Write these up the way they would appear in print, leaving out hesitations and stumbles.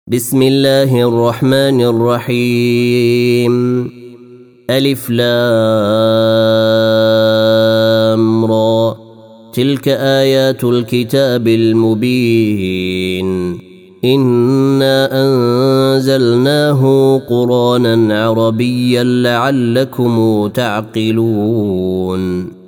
بسم الله الرحمن الرحيم. ألف لام را. تلك آيات الكتاب المبين. إنا أنزلناه قرآنا عربيا لعلكم تعقلون.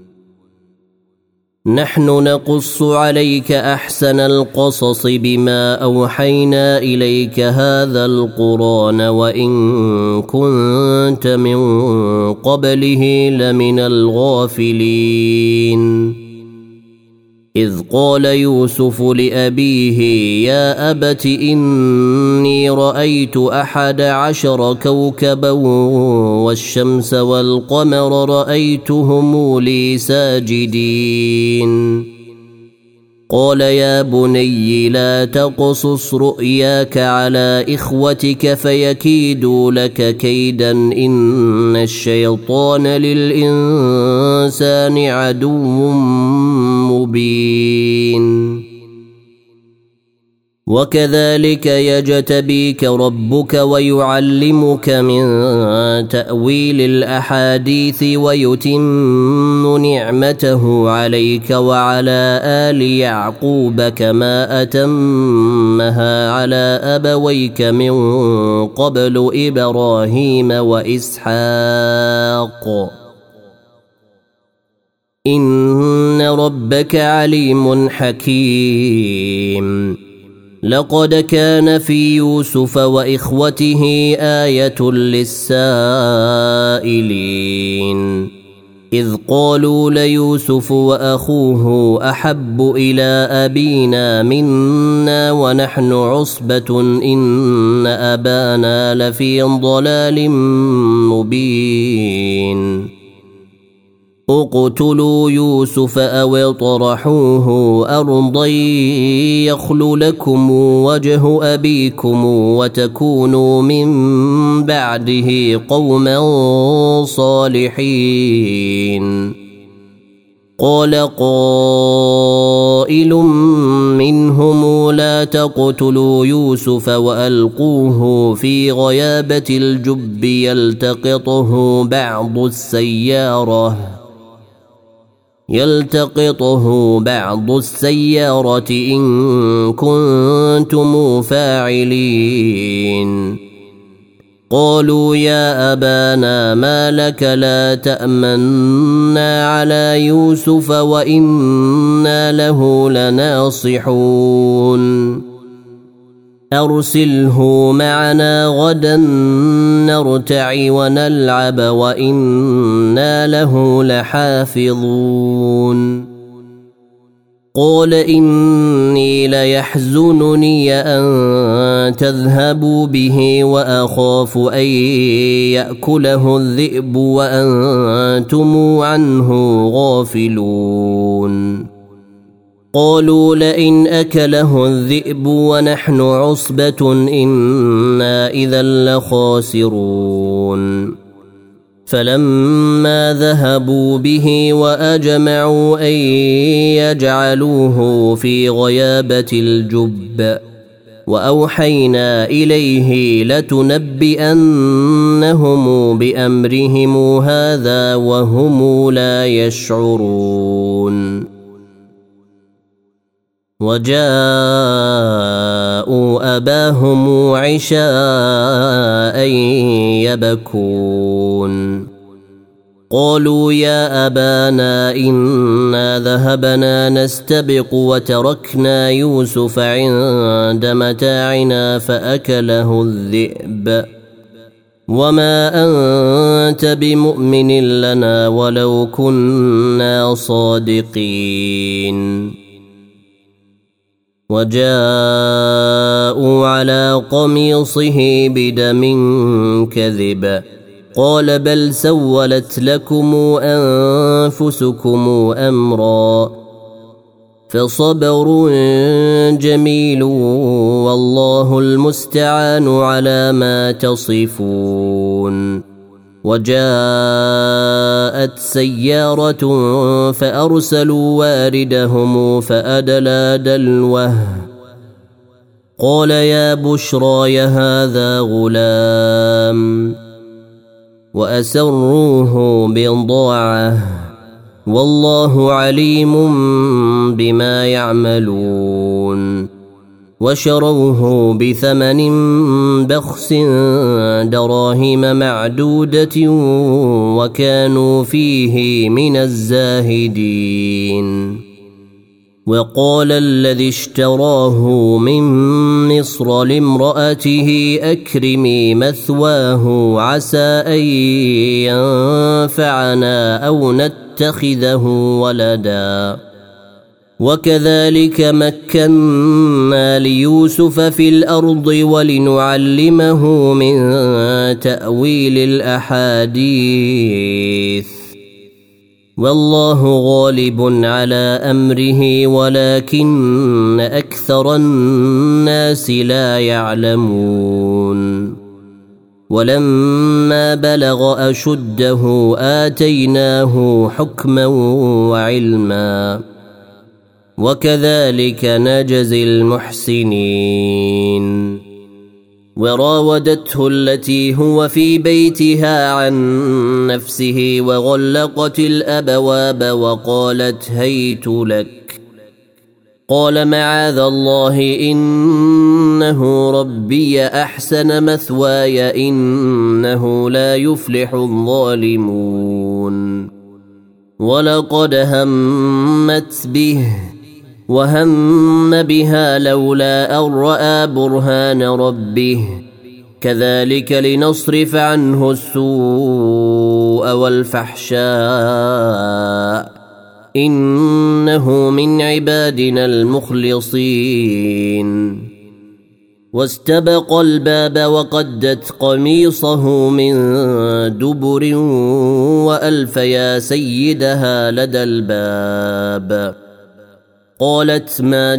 نحن نقص عليك أحسن القصص بما أوحينا إليك هذا القرآن وإن كنت من قبله لمن الغافلين. إذ قال يوسف لأبيه يا أبت إني رأيت 11 كوكبا والشمس والقمر رأيتهم لي ساجدين. قال يا بني لا تقصص رؤياك على إخوتك فيكيدوا لك كيدا إن الشيطان للإنسان عدو مبين. وكذلك يجتبيك ربك ويعلمك من تأويل الأحاديث ويتم نعمته عليك وعلى آل يعقوب كما أتمها على أبويك من قبل إبراهيم وإسحاق إن ربك عليم حكيم. لقد كان في يوسف وإخوته آية للسائلين إذ قالوا ليوسف وأخوه أحب إلى أبينا منا ونحن عصبة إن أبانا لفي ضلال مبين. اقتلوا يوسف أو اطرحوه أرضا يخل لكم وجه أبيكم وتكونوا من بعده قوما صالحين. قال قائل منهم لا تقتلوا يوسف وألقوه في غيابة الجب يلتقطه بعض السيارة إن كنتم فاعلين. قالوا يا أبانا ما لك لا تأمنا على يوسف وإنا له لناصحون. أرسله معنا غدا نرتع ونلعب وإنا له لحافظون. قال إني ليحزنني أن تذهبوا به وأخاف أن يأكله الذئب وأنتم عنه غافلون. قالوا لئن أكله الذئب ونحن عصبة إنا إذا لخاسرون. فلما ذهبوا به وأجمعوا أن يجعلوه في غيابة الجب وأوحينا إليه لتنبئنهم بأمرهم هذا وهم لا يشعرون. وجاءوا أباهم عشاء يبكون. قالوا يا أبانا إنا ذهبنا نستبق وتركنا يوسف عند متاعنا فأكله الذئب وما أنت بمؤمن لنا ولو كنا صادقين. وجاءوا على قميصه بدم كذب قال بل سولت لكم أنفسكم أمرا فصبر جميل والله المستعان على ما تصفون. وجاءت سيارة فأرسلوا واردهم فأدلى دلوه قال يا بشراي هذا غلام وأسروه بضاعة والله عليم بما يعملون وشروه بثمن بخس دراهم معدودة وكانوا فيه من الزاهدين. وقال الذي اشتراه من مصر لامرأته أكرمي مثواه عسى أن ينفعنا أو نتخذه ولدا وكذلك مكنا ليوسف في الأرض ولنعلمه من تأويل الأحاديث والله غالب على أمره ولكن أكثر الناس لا يعلمون. ولما بلغ أشده آتيناه حكما وعلما وكذلك نجزي المحسنين. وراودته التي هو في بيتها عن نفسه وغلقت الأبواب وقالت هيت لك قال معاذ الله إنه ربي أحسن مثواي إنه لا يفلح الظالمون. ولقد همت به وهم بها لولا أن رأى برهان ربه كذلك لنصرف عنه السوء والفحشاء إنه من عبادنا المخلصين. واستبق الباب وقدت قميصه من دبر وألف يا سيدها لدى الباب. قالت ما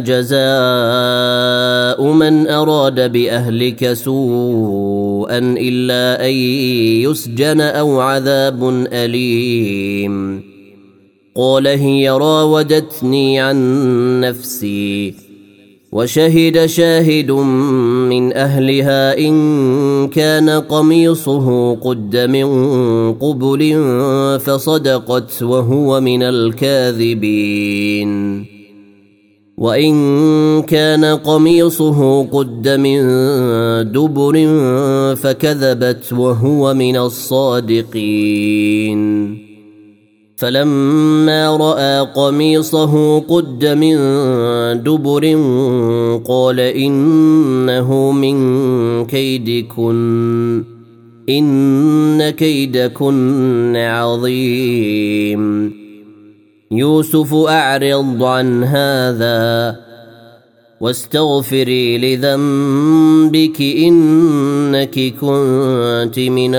جزاء من أراد بأهلك سوءا إلا أن يسجن أو عذاب أليم. قال هي راودتني عن نفسي وشهد شاهد من أهلها إن كان قميصه قد من قبل فصدقت وهو من الكاذبين وإن كان قميصه قد من دبر فكذبت وهو من الصادقين. فلما رأى قميصه قد من دبر قال إنه من كيدكن إن كيدكن عظيم. يوسف أعرض عن هذا واستغفري لذنبك إنك كنت من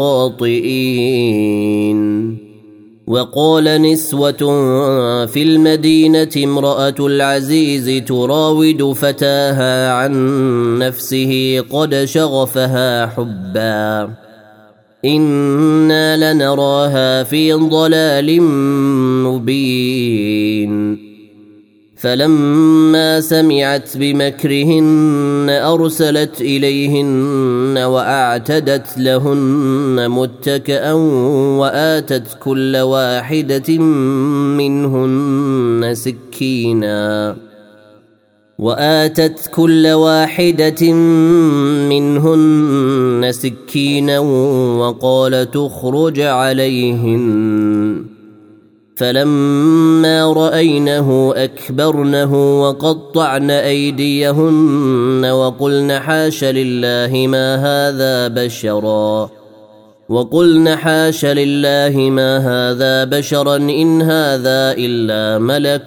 الخاطئين. وقال نسوة في المدينة امرأة العزيز تراود فتاها عن نفسه قد شغفها حبا إنا لنراها في ضلال مبين. فلما سمعت بمكرهن أرسلت إليهن وأعتدت لهن متكئا وآتت كل واحدة منهن سكينا وقال تخرج عليهن. فلما رأينه أكبرنه وقطعن أيديهن وقلن حاش لله ما هذا بشرا إن هذا إلا ملك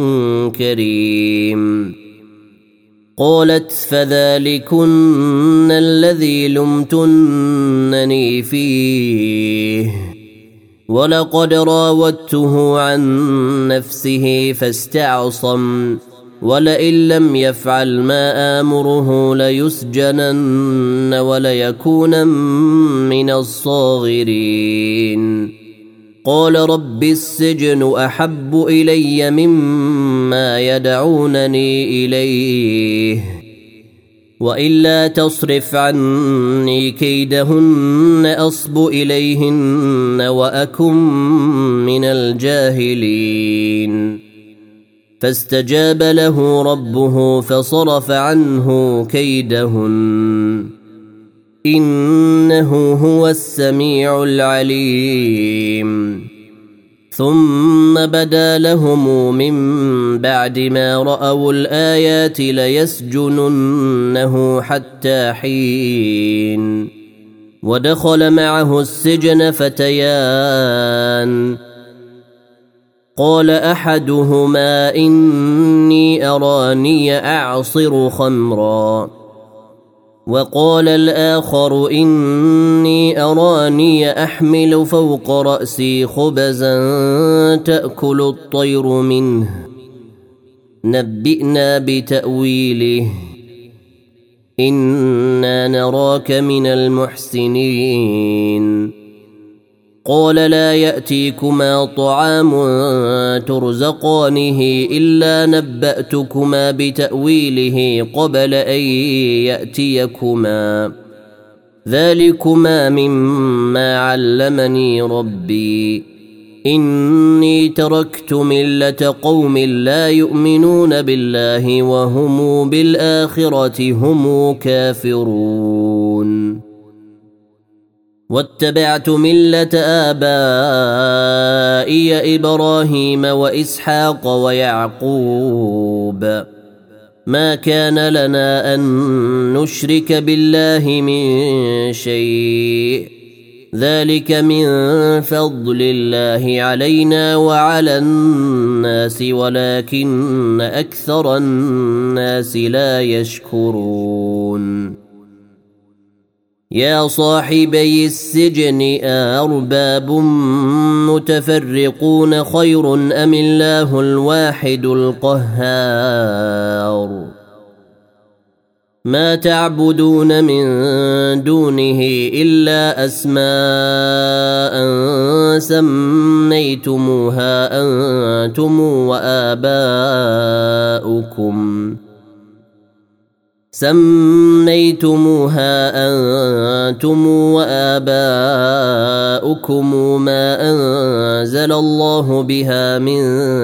كريم. قالت فذلكن الذي لمتنني فيه ولقد راودته عن نفسه فاستعصم ولئن لم يفعل ما آمره ليسجنن وليكونن من الصاغرين. قال رب السجن أحب إلي مما يدعونني إليه وإلا تصرف عني كيدهن أصب إليهن وأكن من الجاهلين فاستجاب له ربه فصرف عنه كيدهن إنه هو السميع العليم ثم بدا لهم من بعد ما رأوا الآيات ليسجننه حتى حين ودخل معه السجن فتيان قال أحدهما إني أراني أعصر خمرا وقال الآخر إني أراني أحمل فوق رأسي خبزا تأكل الطير منه نبئنا بتأويله إنا نراك من المحسنين قال لا يأتيكما طعام ترزقانه إلا نبأتكما بتأويله قبل أن يأتيكما ذلكما مما علمني ربي إني تركت ملة قوم لا يؤمنون بالله وهم بالآخرة هم كافرون واتبعت ملة آبائي إبراهيم وإسحاق ويعقوب ما كان لنا أن نشرك بالله من شيء ذلك من فضل الله علينا وعلى الناس ولكن أكثر الناس لا يشكرون يا صاحبي السجن أأرباب متفرقون خير أم الله الواحد القهار ما تعبدون من دونه إلا أسماء سميتموها أنتم وآباؤكم ما أنزل الله بها من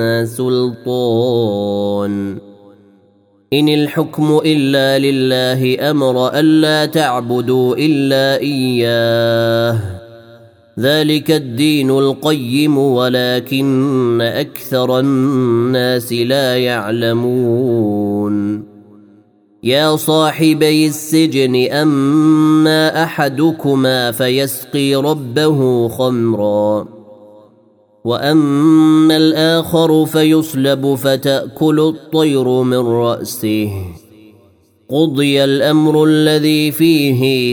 سلطان إن الحكم إلا لله أمر ألا تعبدوا إلا إياه ذلك الدين القيم ولكن أكثر الناس لا يعلمون يا صاحبي السجن أما أحدكما فيسقي ربه خمرا وأما الآخر فيصلب فتأكل الطير من رأسه قضي الأمر الذي فيه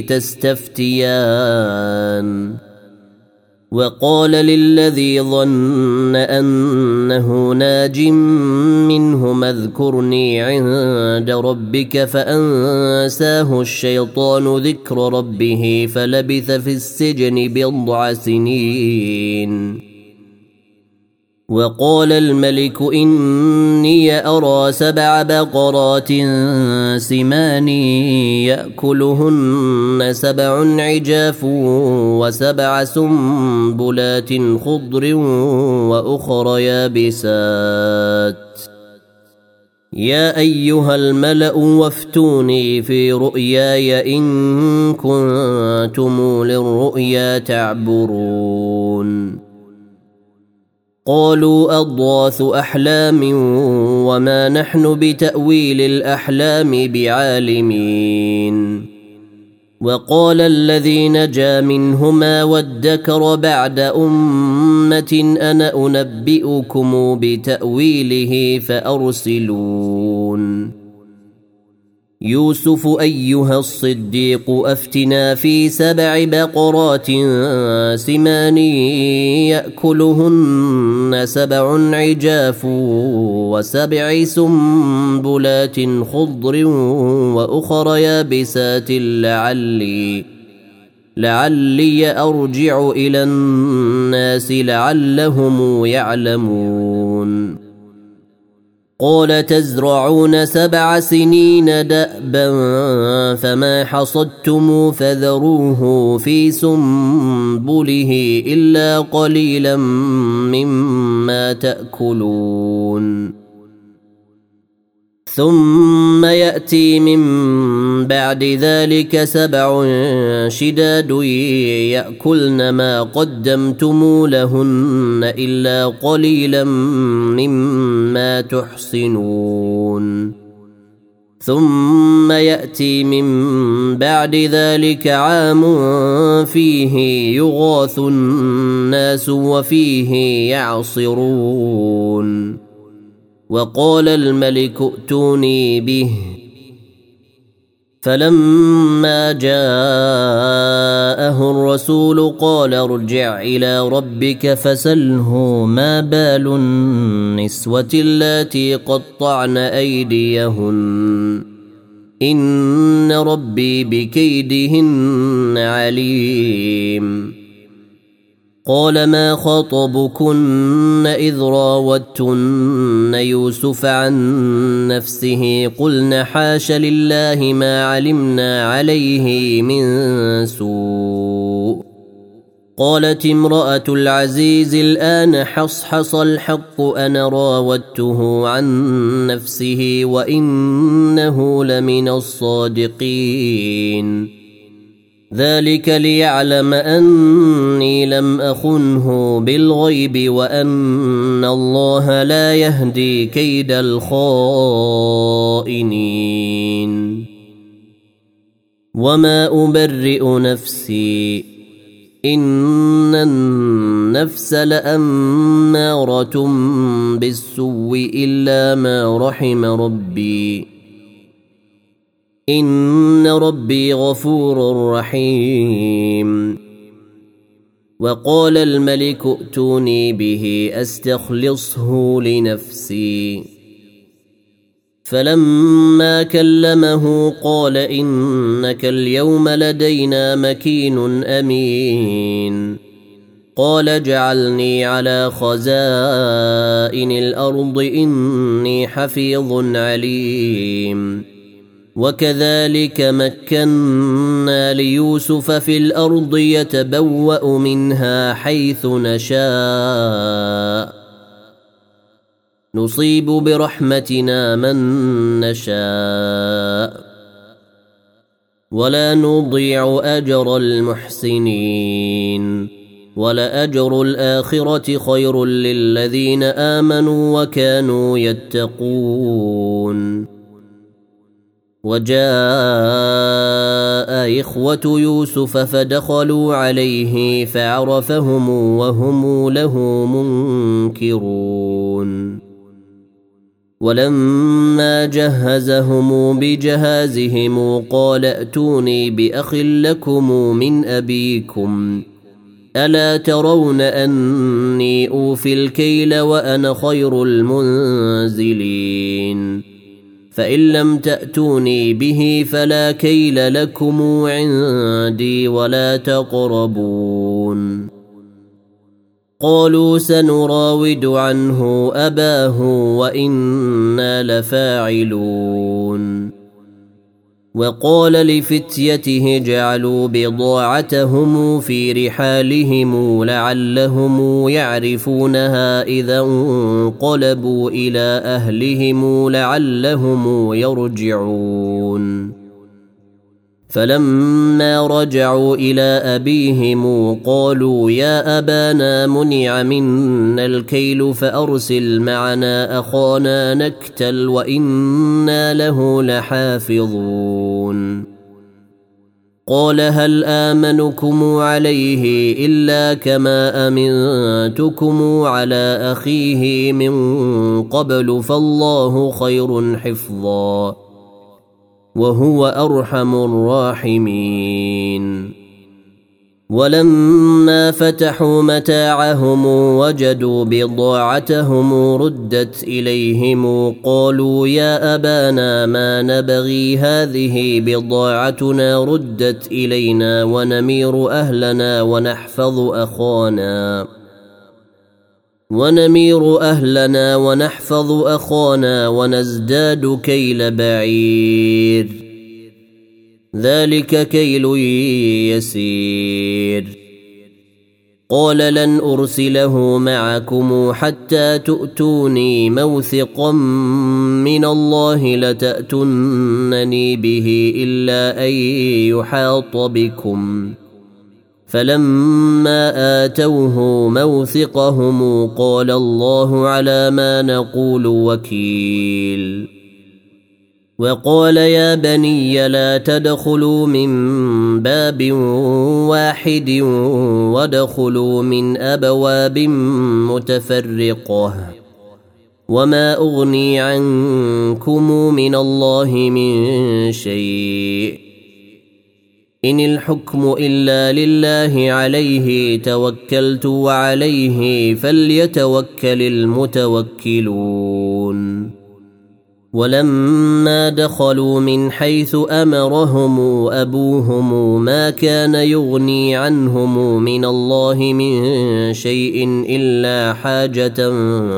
تستفتيان وقال للذي ظن أنه ناج منهما اذكرني عند ربك فأنساه الشيطان ذكر ربه فلبث في السجن بضع سنين وقال الملك إني أرى 7 بقرات سمان يأكلهن 7 عجاف و7 سنبلات خضر وأخر يابسات يا أيها الملأ وافتوني في رؤياي إن كنتم للرؤيا تعبرون قالوا أضغاث أحلام وما نحن بتأويل الأحلام بعالمين وقال الذي نجا منهما وادكر بعد أمة أنا أنبئكم بتأويله فأرسلون يوسف أيها الصديق أفتنا في 7 بقرات سمان يأكلهن 7 عجاف و7 سنبلات خضر وأخر يابسات لعلي أرجع إلى الناس لعلهم يعلمون قال تزرعون 7 سنين دأبا فما حصدتم فذروه في سنبله إلا قليلا مما تأكلون ثم يأتي من بعد ذلك 7 شداد يأكلن ما قدمتم لهن إلا قليلا مما تحصنون ثم يأتي من بعد ذلك عام فيه يغاث الناس وفيه يعصرون وقال الملك ائتوني به فلما جاءه الرسول قال ارجع إلى ربك فسله ما بال النسوة اللاتي قطعن أيديهن إن ربي بكيدهن عليم قال ما خطبكن إذ راوتن يوسف عن نفسه قلن حاش لله ما علمنا عليه من سوء قالت امرأة العزيز الآن حصحص الحق أنا راودته عن نفسه وإنه لمن الصادقين ذلك ليعلم أني لم أخنه بالغيب وأن الله لا يهدي كيد الخائنين وما أبرئ نفسي إن النفس لأمارة بالسوء إلا ما رحم ربي إن ربي غفور رحيم وقال الملك ائتوني به أستخلصه لنفسي فلما كلمه قال إنك اليوم لدينا مكين أمين قال اجعلني على خزائن الأرض إني حفيظ عليم وكذلك مكنا ليوسف في الأرض يتبوأ منها حيث نشاء نصيب برحمتنا من نشاء ولا نضيع أجر المحسنين ولأجر الآخرة خير للذين آمنوا وكانوا يتقون وجاء إخوة يوسف فدخلوا عليه فعرفهم وهم له منكرون ولما جهزهم بجهازهم قال ائتوني بأخ لكم من أبيكم ألا ترون أني أوفي الكيل وأنا خير المنزلين فإن لم تأتوني به فلا كيل لكم عندي ولا تقربون قالوا سنراود عنه أباه وإنا لفاعلون وقال لفتيته جعلوا بضاعتهم في رحالهم لعلهم يعرفونها إذا انقلبوا إلى أهلهم لعلهم يرجعون فلما رجعوا إلى أبيهم قالوا يا أبانا منع منا الكيل فأرسل معنا أخانا نكتل وإنا له لحافظون قال هل آمنكم عليه إلا كما أمنتكم على أخيه من قبل فالله خير حفظا وهو أرحم الراحمين ولما فتحوا متاعهم وجدوا بضاعتهم ردت إليهم قالوا يا أبانا ما نبغي هذه بضاعتنا ردت إلينا ونمير أهلنا ونمير أهلنا ونحفظ أخانا ونزداد كيل بعير ذلك كيل يسير قال لن أرسله معكم حتى تؤتوني موثقا من الله لتأتونني به إلا أن يحاط بكم فلما آتوه موثقهم قال الله على ما نقول وكيل وقال يا بني لا تدخلوا من باب واحد وادخلوا من أبواب متفرقة وما أغني عنكم من الله من شيء إن الحكم إلا لله عليه توكلت وعليه فليتوكل المتوكلون ولما دخلوا من حيث أمرهم أبوهم ما كان يغني عنهم من الله من شيء إلا حاجة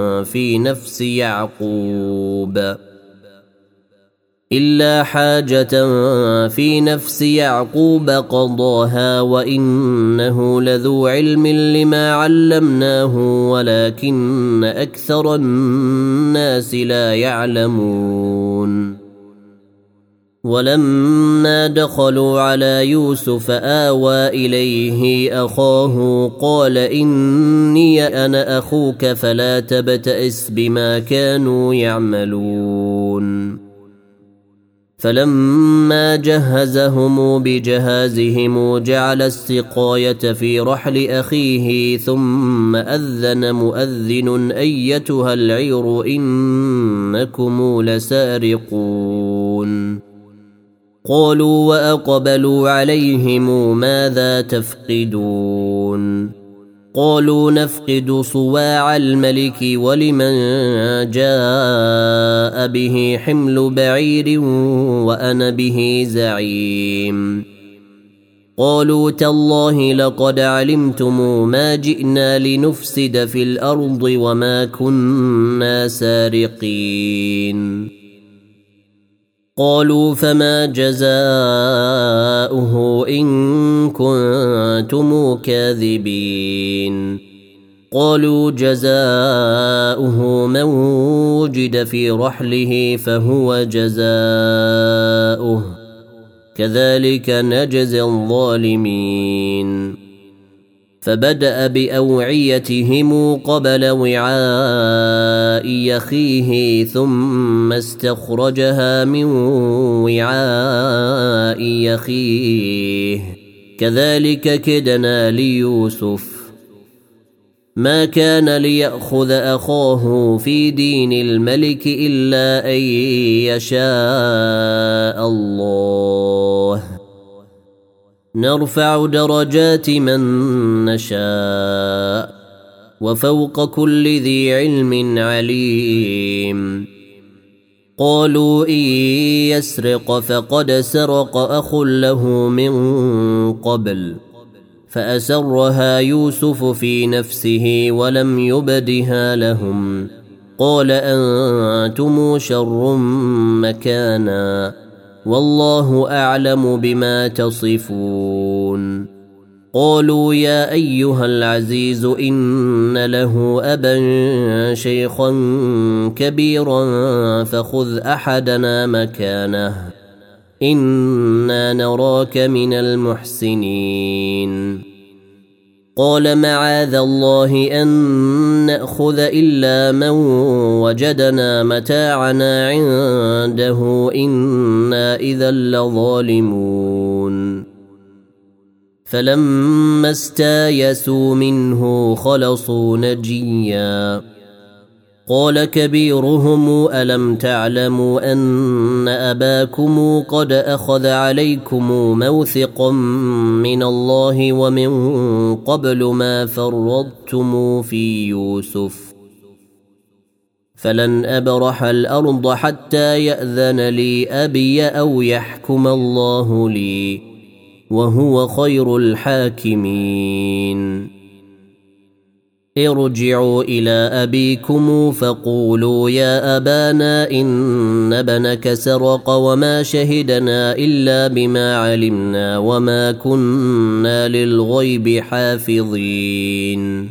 في نفس يعقوب قضاها وإنه لذو علم لما علمناه ولكن أكثر الناس لا يعلمون ولما دخلوا على يوسف آوى إليه أخاه قال إني أنا أخوك فلا تبتئس بما كانوا يعملون فلما جهزهم بجهازهم جعل السقاية في رحل أخيه ثم أذن مؤذن أيتها العير إنكم لسارقون قالوا وأقبلوا عليهم ماذا تفقدون قالوا نفقد صواع الملك ولمن جاء به حمل بعير وأنا به زعيم قالوا تالله لقد علمتم ما جئنا لنفسد في الأرض وما كنا سارقين قالوا فما جزاؤه إن كنتم كاذبين قالوا جزاؤه من وجد في رحله فهو جزاؤه كذلك نجزي الظالمين فبدأ بأوعيتهم قبل وعاء أخيه ثم استخرجها من وعاء أخيه كذلك كدنا ليوسف ما كان ليأخذ أخاه في دين الملك إلا أن يشاء الله نرفع درجات من نشاء وفوق كل ذي علم عليم قالوا إن يسرق فقد سرق أخ له من قبل فأسرها يوسف في نفسه ولم يبدها لهم قال أنتم شر مكانا والله أعلم بما تصفون قالوا يا أيها العزيز إن له أبا شيخا كبيرا فخذ أحدنا مكانه إنا نراك من المحسنين قال معاذ الله أن نأخذ إلا من وجدنا متاعنا عنده إنا إذا لظالمون فلما استايسوا منه خلصوا نجيا قال كبيرهم ألم تعلموا أن أباكم قد أخذ عليكم موثقا من الله ومن قبل ما فرطتم في يوسف فلن أبرح الأرض حتى يأذن لي أبي أو يحكم الله لي وهو خير الحاكمين ارجعوا إلى أبيكم فقولوا يا أبانا إن ابنك سرق وما شهدنا إلا بما علمنا وما كنا للغيب حافظين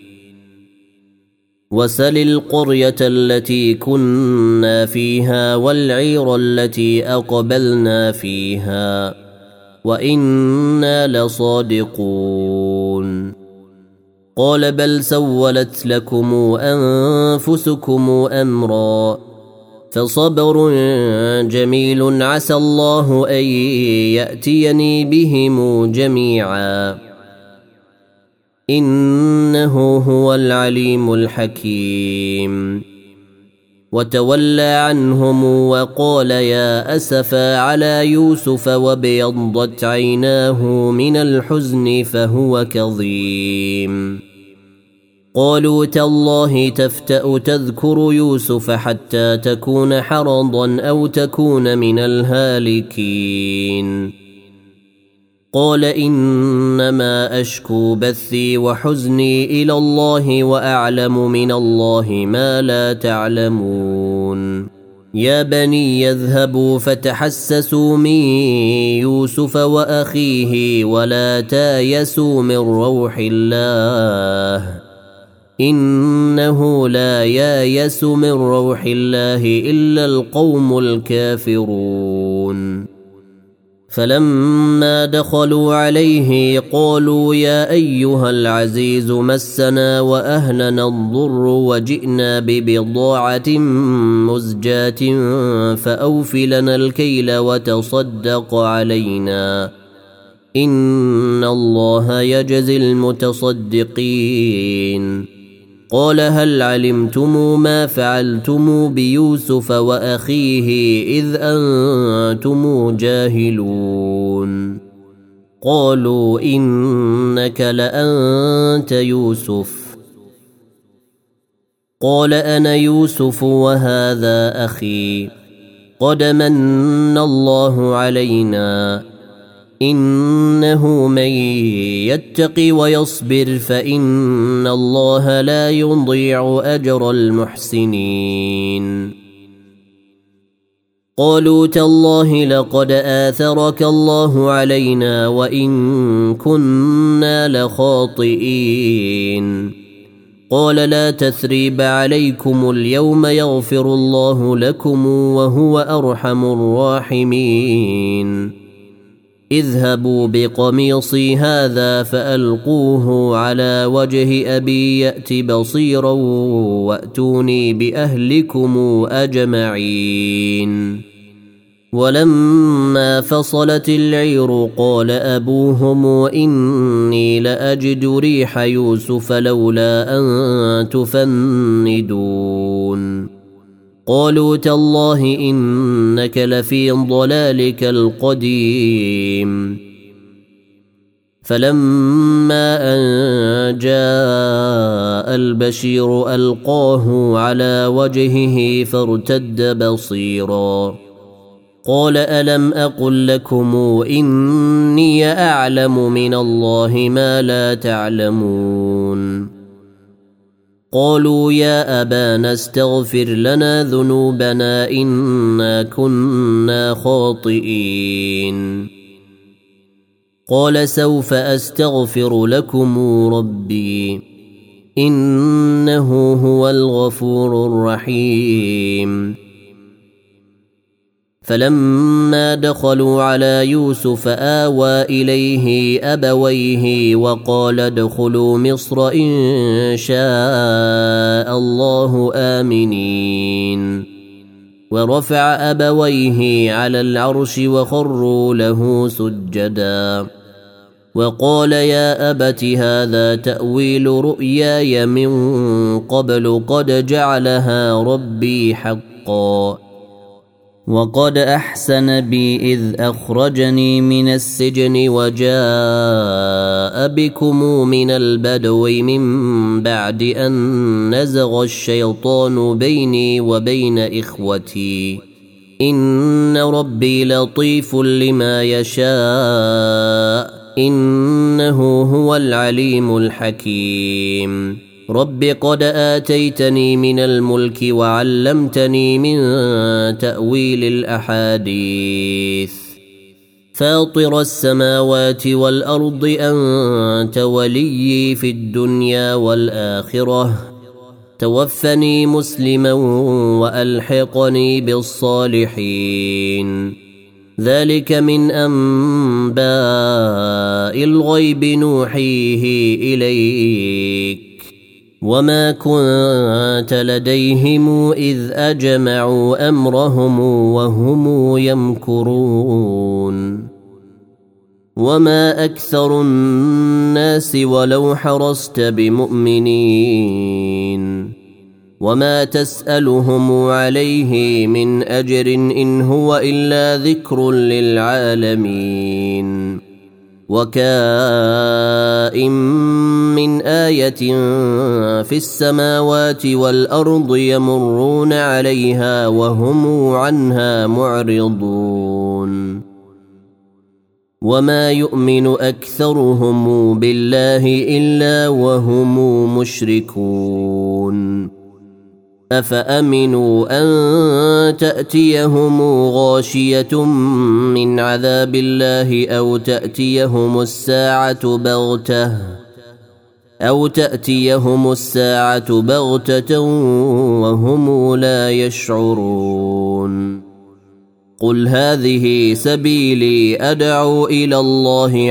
وسل القرية التي كنا فيها والعير التي أقبلنا فيها وإنا لصادقون قال بل سولت لكم أنفسكم أمرا فصبر جميل عسى الله أن يأتيني بهم جميعا إنه هو العليم الحكيم وتولى عنهم وقال يا أسفا على يوسف وابيضت عيناه من الحزن فهو كظيم قالوا تالله تفتأ تذكر يوسف حتى تكون حرضا أو تكون من الهالكين قال إنما أشكو بثي وحزني إلى الله وأعلم من الله ما لا تعلمون يا بني يذهبوا فتحسسوا من يوسف وأخيه ولا تايسوا من روح الله إنه لا يايس من روح الله إلا القوم الكافرون فلما دخلوا عليه قالوا يا أيها العزيز مسنا وأهلنا الضر وجئنا ببضاعة مزجاة فأوف لنا الكيل وتصدق علينا إن الله يجزي المتصدقين قال هل علمتم ما فعلتم بيوسف وأخيه إذ أنتم جاهلون قالوا إنك لأنت يوسف قال أنا يوسف وهذا أخي قد من الله علينا إنه من يتق ويصبر فإن الله لا يضيع أجر المحسنين قالوا تالله لقد آثرك الله علينا وإن كنا لخاطئين قال لا تثريب عليكم اليوم يغفر الله لكم وهو أرحم الراحمين اذهبوا بقميصي هذا فألقوه على وجه أبي يأت بصيرا وأتوني بأهلكم أجمعين ولما فصلت العير قال أبوهم إني لأجد ريح يوسف لولا أن تفندون قالوا تالله إنك لفي ضلالك القديم فلما أن جاء البشير ألقاه على وجهه فارتد بصيرا قال ألم أقل لكم إني أعلم من الله ما لا تعلمون قالوا يا أبانا استغفر لنا ذنوبنا إنا كنا خاطئين قال سوف أستغفر لكم ربي إنه هو الغفور الرحيم فلما دخلوا على يوسف آوى إليه أبويه وقال ادخلوا مصر إن شاء الله آمنين ورفع أبويه على العرش وخروا له سجدا وقال يا أبت هذا تأويل رؤياي من قبل قد جعلها ربي حقا وقد أحسن بي إذ أخرجني من السجن وجاء بكم من البدو من بعد أن نزغ الشيطان بيني وبين إخوتي إن ربي لطيف لما يشاء إنه هو العليم الحكيم رب قد آتيتني من الملك وعلمتني من تأويل الأحاديث فاطر السماوات والأرض أنت وليي في الدنيا والآخرة توفني مسلما وألحقني بالصالحين ذلك من أنباء الغيب نوحيه إليك وما كنت لديهم إذ أجمعوا أمرهم وهم يمكرون وما أكثر الناس ولو حرصت بمؤمنين وما تسألهم عليه من أجر إن هو إلا ذكر للعالمين وكائن من آية في السماوات والأرض يمرون عليها وهم عنها معرضون وما يؤمن أكثرهم بالله إلا وهم مشركون أفأمنوا أن تأتيهم غاشية من عذاب الله أو تأتيهم الساعة بغتة وهم لا يشعرون قل هذه سبيلي أدعو إلى الله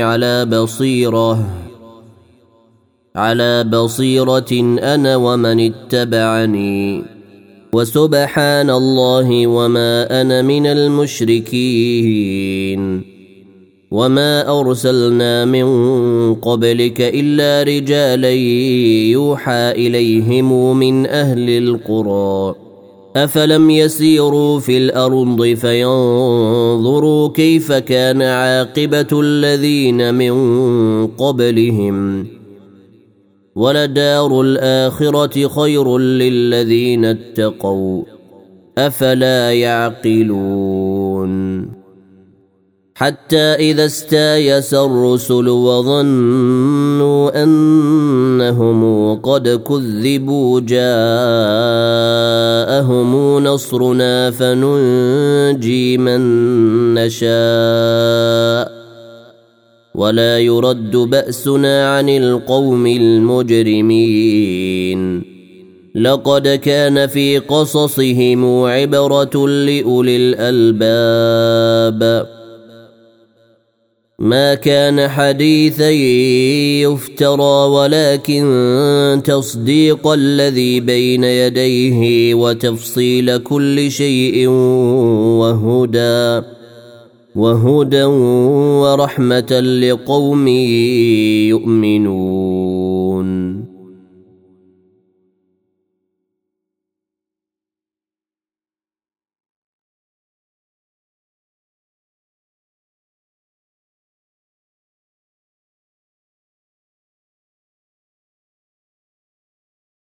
على بصيرة أنا ومن اتبعني وسبحان الله وما أنا من المشركين وما أرسلنا من قبلك إلا رجالا يوحى إليهم من أهل القرى أفلم يسيروا في الأرض فينظروا كيف كان عاقبة الذين من قبلهم ولدار الآخرة خير للذين اتقوا أفلا يعقلون حتى إذا استيأس الرسل وظنوا أنهم قد كذبوا جاءهم نصرنا فننجي من نشاء ولا يرد بأسنا عن القوم المجرمين لقد كان في قصصهم عبرة لأولي الألباب ما كان حديثا يفترى ولكن تصديق الذي بين يديه وتفصيل كل شيء وهدى ورحمة لقوم يؤمنون